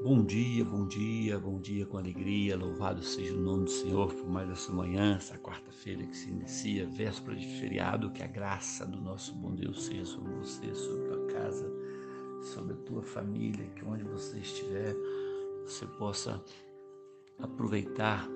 Bom dia, bom dia com alegria. Louvado seja o nome do Senhor por mais essa manhã, essa quarta-feira que se inicia, véspera de feriado. Que a graça do nosso bom Deus seja sobre você, sobre a tua casa, sobre a tua família, que onde você estiver, você possa aproveitar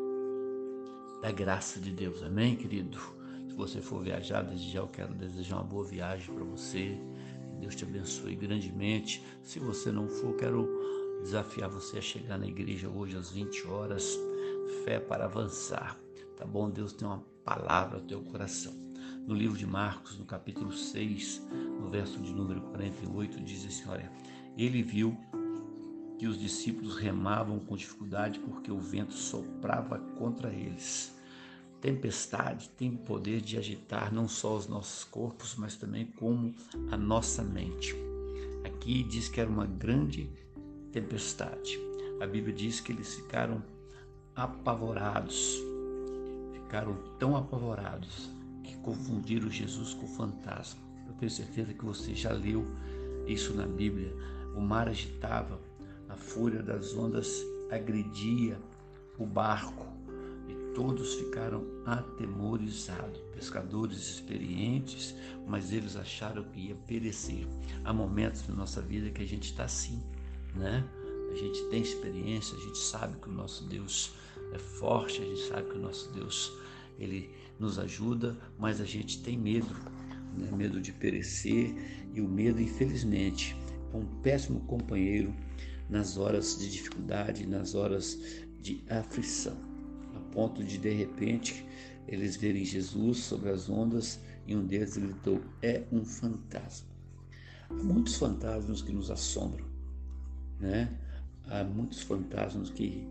da graça de Deus. Amém, querido? Se você for viajar, desde já eu quero desejar uma boa viagem para você. Que Deus te abençoe grandemente. Se você não for, quero desafiar você a chegar na igreja hoje às 20 horas. Fé para avançar. Tá bom? Deus tem uma palavra ao teu coração. No livro de Marcos, no capítulo 6, no verso de número 48, diz assim, olha, ele viu que os discípulos remavam com dificuldade porque o vento soprava contra eles. Tempestade tem o poder de agitar não só os nossos corpos, mas também como a nossa mente. Aqui diz que era uma grande tempestade. A Bíblia diz que eles ficaram apavorados, ficaram tão apavorados que confundiram Jesus com o fantasma. Eu tenho certeza que você já leu isso na Bíblia. O mar agitava, a fúria das ondas agredia o barco e todos ficaram atemorizados. Pescadores experientes, mas eles acharam que ia perecer. Há momentos na nossa vida que a gente está assim, né? A gente tem experiência, a gente sabe que o nosso Deus é forte, a gente sabe que o nosso Deus, Ele nos ajuda, mas a gente tem medo, né? Medo de perecer, e o medo, infelizmente, é um péssimo companheiro nas horas de dificuldade, nas horas de aflição, a ponto de repente, eles verem Jesus sobre as ondas e um deles gritou, é um fantasma. Há muitos fantasmas que nos assombram, né? Há muitos fantasmas que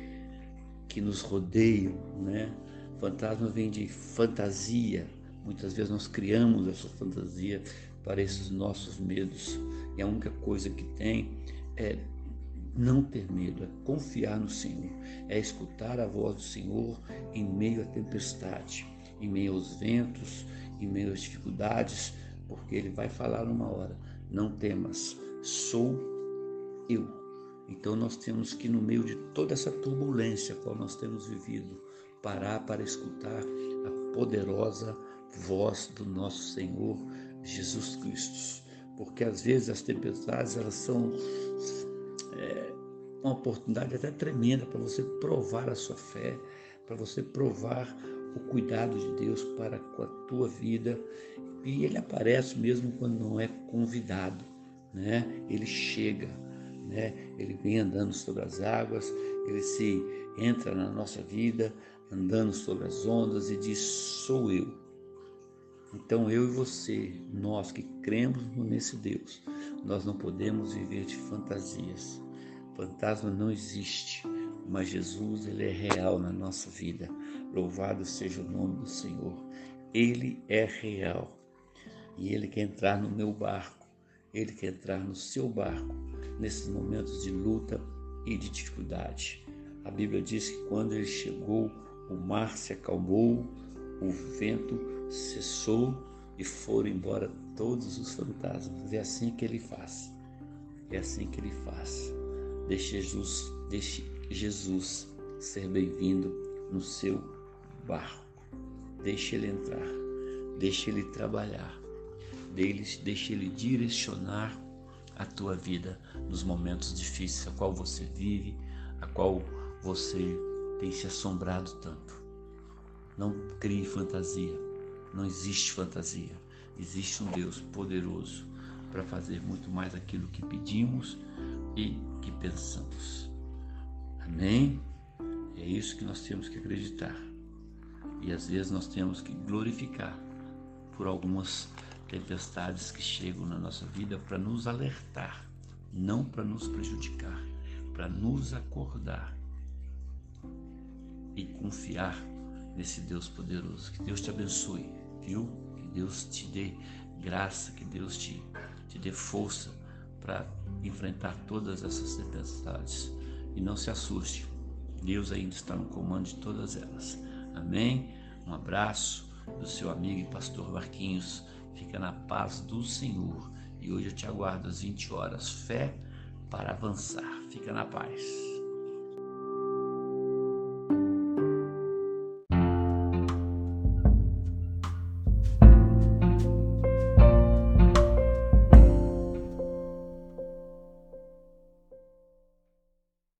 nos rodeiam, né? Fantasma vem de fantasia. Muitas vezes nós criamos essa fantasia para esses nossos medos. E a única coisa que tem é não ter medo, é confiar no Senhor, é escutar a voz do Senhor em meio à tempestade, em meio aos ventos, em meio às dificuldades, porque Ele vai falar numa hora, não temas, sou eu. Então nós temos que, no meio de toda essa turbulência qual nós temos vivido, parar para escutar a poderosa voz do nosso Senhor Jesus Cristo. Porque às vezes as tempestades, elas são uma oportunidade até tremenda para você provar a sua fé, para você provar o cuidado de Deus para com a tua vida. E Ele aparece mesmo quando não é convidado, né? Ele chega, né? Ele vem andando sobre as águas, Ele se entra na nossa vida, andando sobre as ondas e diz, sou eu. Então eu e você, nós que cremos nesse Deus, nós não podemos viver de fantasias. Fantasma não existe, mas Jesus, Ele é real na nossa vida. Louvado seja o nome do Senhor. Ele é real e Ele quer entrar no meu barco, Ele quer entrar no seu barco, nesses momentos de luta e de dificuldade. A Bíblia diz que quando Ele chegou, o mar se acalmou, o vento cessou e foram embora todos os fantasmas. É assim que Ele faz. É assim que Ele faz. Deixe Jesus ser bem-vindo no seu barco. Deixe Ele entrar. Deixe Ele trabalhar. Deixe Ele direcionar a tua vida nos momentos difíceis a qual você vive, a qual você tem se assombrado tanto. Não crie fantasia. Não existe fantasia. Existe um Deus poderoso para fazer muito mais aquilo que pedimos e que pensamos. Amém? É isso que nós temos que acreditar. E às vezes nós temos que glorificar por algumas tempestades que chegam na nossa vida para nos alertar, não para nos prejudicar, para nos acordar e confiar nesse Deus poderoso. Que Deus te abençoe, viu? Que Deus te dê graça, que Deus te dê força para enfrentar todas essas tempestades. E não se assuste, Deus ainda está no comando de todas elas. Amém? Um abraço do seu amigo e pastor Marquinhos. Fica na paz do Senhor. E hoje eu te aguardo às 20 horas. Fé para avançar. Fica na paz.